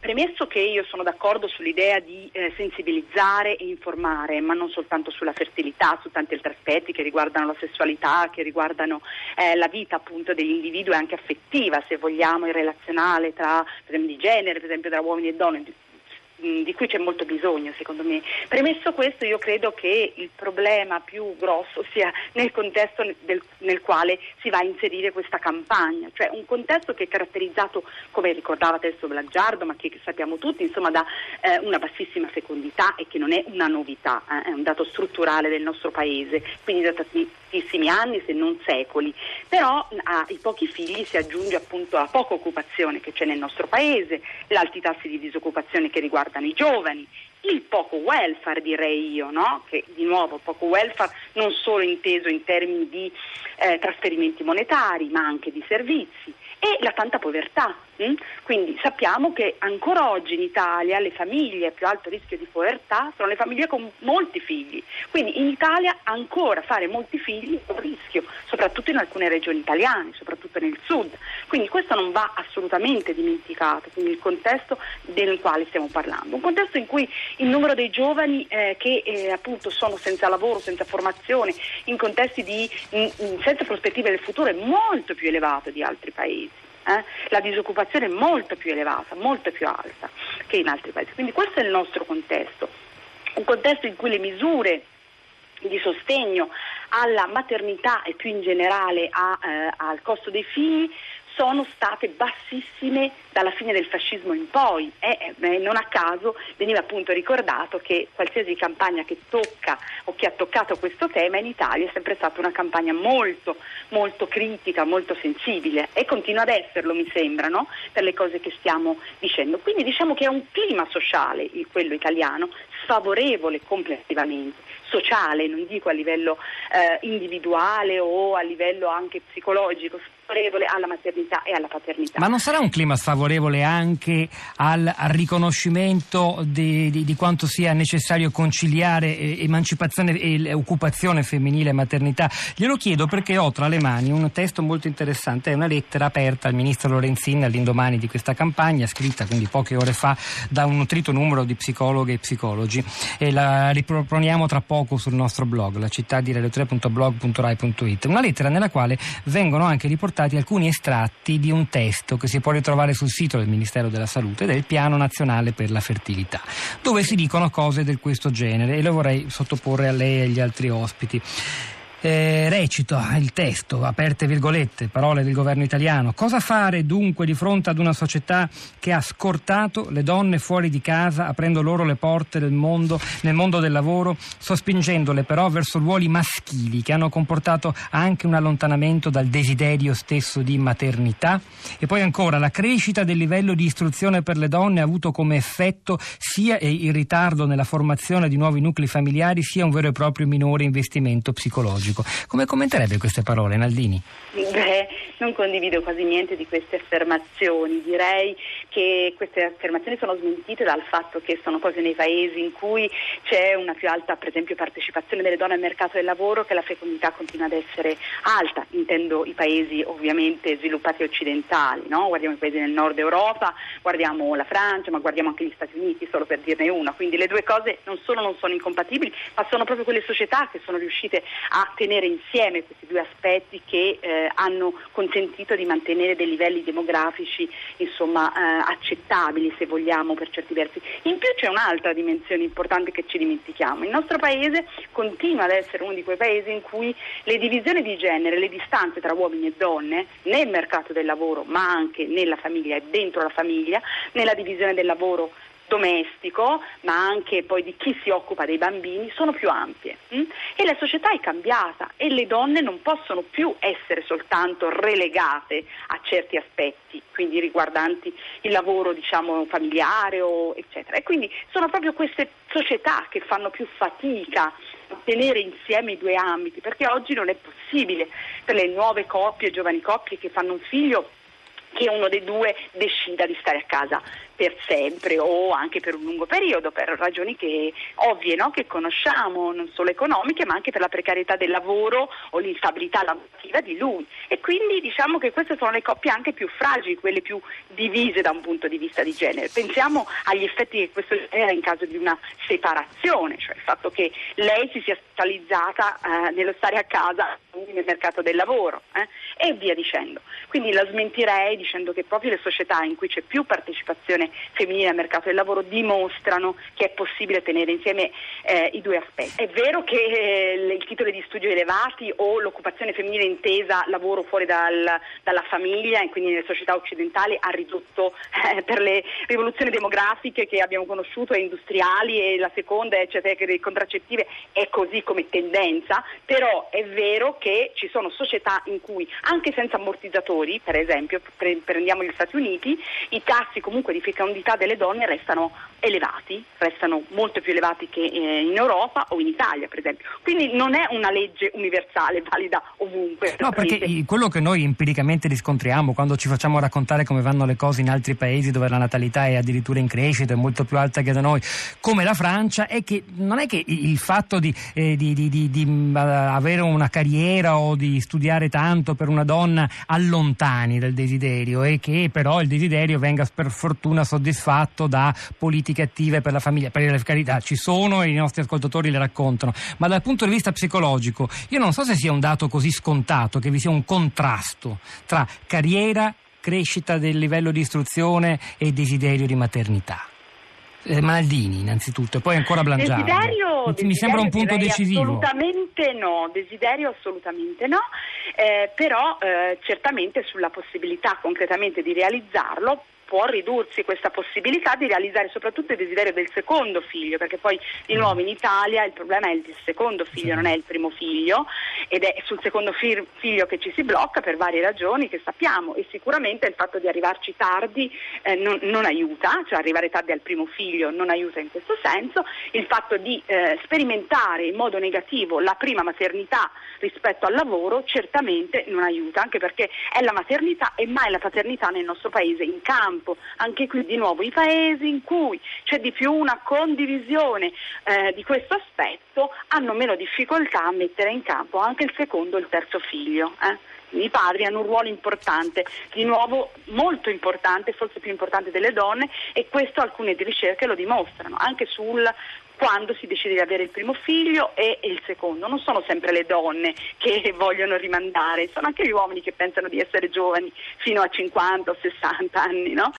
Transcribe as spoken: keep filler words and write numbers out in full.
premesso che io sono d'accordo sull'idea di eh, sensibilizzare e informare, ma non soltanto sulla fertilità, su tanti altri aspetti che riguardano la sessualità, che riguardano eh, la vita appunto degli individui, anche affettiva, se vogliamo, e relazionale tra, per esempio, di genere, per esempio tra uomini e donne, di, di cui c'è molto bisogno secondo me. Premesso questo, io credo che il problema più grosso sia nel contesto del, nel quale si va a inserire questa campagna, cioè un contesto che è caratterizzato, come ricordava Testo Blaggiardo, ma che sappiamo tutti, insomma, da eh, una bassissima fecondità, e che non è una novità, eh, è un dato strutturale del nostro paese, quindi da tantissimi anni, se non secoli. Però ai pochi figli si aggiunge appunto la poca occupazione che c'è nel nostro paese, gli alti tassi di disoccupazione che riguardano i giovani, il poco welfare, direi io, no? Che di nuovo poco welfare non solo inteso in termini di eh, trasferimenti monetari, ma anche di servizi, e la tanta povertà. Hm? Quindi sappiamo che ancora oggi in Italia le famiglie a più alto rischio di povertà sono le famiglie con molti figli. Quindi in Italia ancora fare molti figli è un rischio, soprattutto in alcune regioni italiane, soprattutto nel sud. Quindi questo non va assolutamente dimenticato, quindi il contesto del quale stiamo parlando. Un contesto in cui il numero dei giovani eh, che eh, appunto sono senza lavoro, senza formazione, in contesti di in, senza prospettive del futuro è molto più elevato di altri paesi. Eh? La disoccupazione è molto più elevata, molto più alta che in altri paesi. Quindi questo è il nostro contesto, un contesto in cui le misure di sostegno alla maternità e più in generale a, eh, al costo dei figli sono state bassissime dalla fine del fascismo in poi, e eh, non a caso veniva appunto ricordato che qualsiasi campagna che tocca o che ha toccato questo tema in Italia è sempre stata una campagna molto molto critica, molto sensibile, e continua ad esserlo, mi sembra, no? Per le cose che stiamo dicendo. Quindi diciamo che è un clima sociale, quello italiano, sfavorevole complessivamente, sociale, non dico a livello eh, individuale o a livello anche psicologico, sfavorevole alla maternità e alla paternità. Ma non sarà un clima sfavorevole anche al, al riconoscimento di, di, di quanto sia necessario conciliare eh, emancipazione e occupazione femminile e maternità? Glielo chiedo perché ho tra le mani un testo molto interessante, è una lettera aperta al ministro Lorenzin all'indomani di questa campagna, scritta quindi poche ore fa da un nutrito numero di psicologhe e psicologi, e la riproponiamo tra poco sul nostro blog, la città di radio tre punto blog punto rai punto it, una lettera nella quale vengono anche riportati alcuni estratti di un testo che si può ritrovare sul sito del Ministero della Salute, del Piano Nazionale per la Fertilità, dove si dicono cose di questo genere, e lo vorrei sottoporre a lei e agli altri ospiti. Eh, recito il testo, aperte virgolette, parole del governo italiano: cosa fare dunque di fronte ad una società che ha scortato le donne fuori di casa, aprendo loro le porte del mondo, nel mondo del lavoro, sospingendole però verso ruoli maschili che hanno comportato anche un allontanamento dal desiderio stesso di maternità? E poi ancora, la crescita del livello di istruzione per le donne ha avuto come effetto sia il ritardo nella formazione di nuovi nuclei familiari, sia un vero e proprio minore investimento psicologico. Come commenterebbe queste parole, Naldini? Beh, non condivido quasi niente di queste affermazioni. Direi che queste affermazioni sono smentite dal fatto che sono cose nei paesi in cui c'è una più alta, per esempio, partecipazione delle donne al mercato del lavoro, che la fecondità continua ad essere alta. Intendo i paesi ovviamente sviluppati occidentali, no? Guardiamo i paesi del nord Europa, guardiamo la Francia, ma guardiamo anche gli Stati Uniti, solo per dirne una. Quindi le due cose non solo non sono incompatibili, ma sono proprio quelle società che sono riuscite a tenere insieme questi due aspetti che eh, hanno consentito di mantenere dei livelli demografici insomma eh, accettabili, se vogliamo, per certi versi. In più c'è un'altra dimensione importante che ci dimentichiamo: il nostro paese continua ad essere uno di quei paesi in cui le divisioni di genere, le distanze tra uomini e donne nel mercato del lavoro, ma anche nella famiglia e dentro la famiglia, nella divisione del lavoro domestico, ma anche poi di chi si occupa dei bambini, sono più ampie. Hm? E la società è cambiata e le donne non possono più essere soltanto relegate a certi aspetti, quindi riguardanti il lavoro, diciamo, familiare o eccetera. E quindi sono proprio queste società che fanno più fatica a tenere insieme i due ambiti, perché oggi non è possibile per le nuove coppie, giovani coppie che fanno un figlio, che uno dei due decida di stare a casa per sempre o anche per un lungo periodo, per ragioni che ovvie, no? Che conosciamo, non solo economiche, ma anche per la precarietà del lavoro o l'instabilità lavorativa di lui. E quindi diciamo che queste sono le coppie anche più fragili, quelle più divise da un punto di vista di genere. Pensiamo agli effetti che questo genera in caso di una separazione, cioè il fatto che lei si sia specializzata eh, nello stare a casa nel mercato del lavoro eh, e via dicendo. Quindi la smentirei dicendo che proprio le società in cui c'è più partecipazione femminile al mercato del lavoro dimostrano che è possibile tenere insieme eh, i due aspetti. È vero che eh, i titoli di studio elevati o l'occupazione femminile intesa lavoro fuori dal, dalla famiglia e quindi nelle società occidentali ha ridotto eh, per le rivoluzioni demografiche che abbiamo conosciuto e industriali e la seconda eccetera, che le contraccettive è così come tendenza, però è vero che ci sono società in cui anche senza ammortizzatori, per esempio pre- prendiamo gli Stati Uniti, i tassi comunque di fecondità delle donne restano elevati, restano molto più elevati che eh, in Europa o in Italia per esempio, quindi non è una legge universale valida ovunque. No, perché quello che noi empiricamente riscontriamo quando ci facciamo raccontare come vanno le cose in altri paesi dove la natalità è addirittura in crescita, è molto più alta che da noi, come la Francia, è che non è che il fatto di, eh, di, di, di, di avere una carriera o di studiare tanto per una donna allontani dal desiderio, e che però il desiderio venga per fortuna soddisfatto da politiche attive per la famiglia. Per la carità ci sono e i nostri ascoltatori le raccontano, ma dal punto di vista psicologico io non so se sia un dato così scontato che vi sia un contrasto tra carriera, crescita del livello di istruzione e desiderio di maternità. Eh, Maldini innanzitutto e poi ancora Blangiardi. Desiderio, mi desiderio sembra un punto decisivo. Assolutamente no, desiderio assolutamente no, eh, però eh, certamente sulla possibilità concretamente di realizzarlo può ridursi questa possibilità di realizzare soprattutto il desiderio del secondo figlio, perché poi di nuovo in Italia il problema è il secondo figlio, non è il primo figlio, ed è sul secondo fi- figlio che ci si blocca per varie ragioni che sappiamo, e sicuramente il fatto di arrivarci tardi eh, non, non aiuta, cioè arrivare tardi al primo figlio non aiuta in questo senso, il fatto di eh, sperimentare in modo negativo la prima maternità rispetto al lavoro certamente non aiuta, anche perché è la maternità e mai la paternità nel nostro paese in campo. Anche qui di nuovo i paesi in cui c'è di più una condivisione eh, di questo aspetto hanno meno difficoltà a mettere in campo anche il secondo e il terzo figlio. Eh. I padri hanno un ruolo importante, di nuovo molto importante, forse più importante delle donne, e questo alcune ricerche lo dimostrano, anche sul quando si decide di avere il primo figlio e il secondo. Non sono sempre le donne che vogliono rimandare, sono anche gli uomini che pensano di essere giovani fino a cinquanta o sessanta anni, no?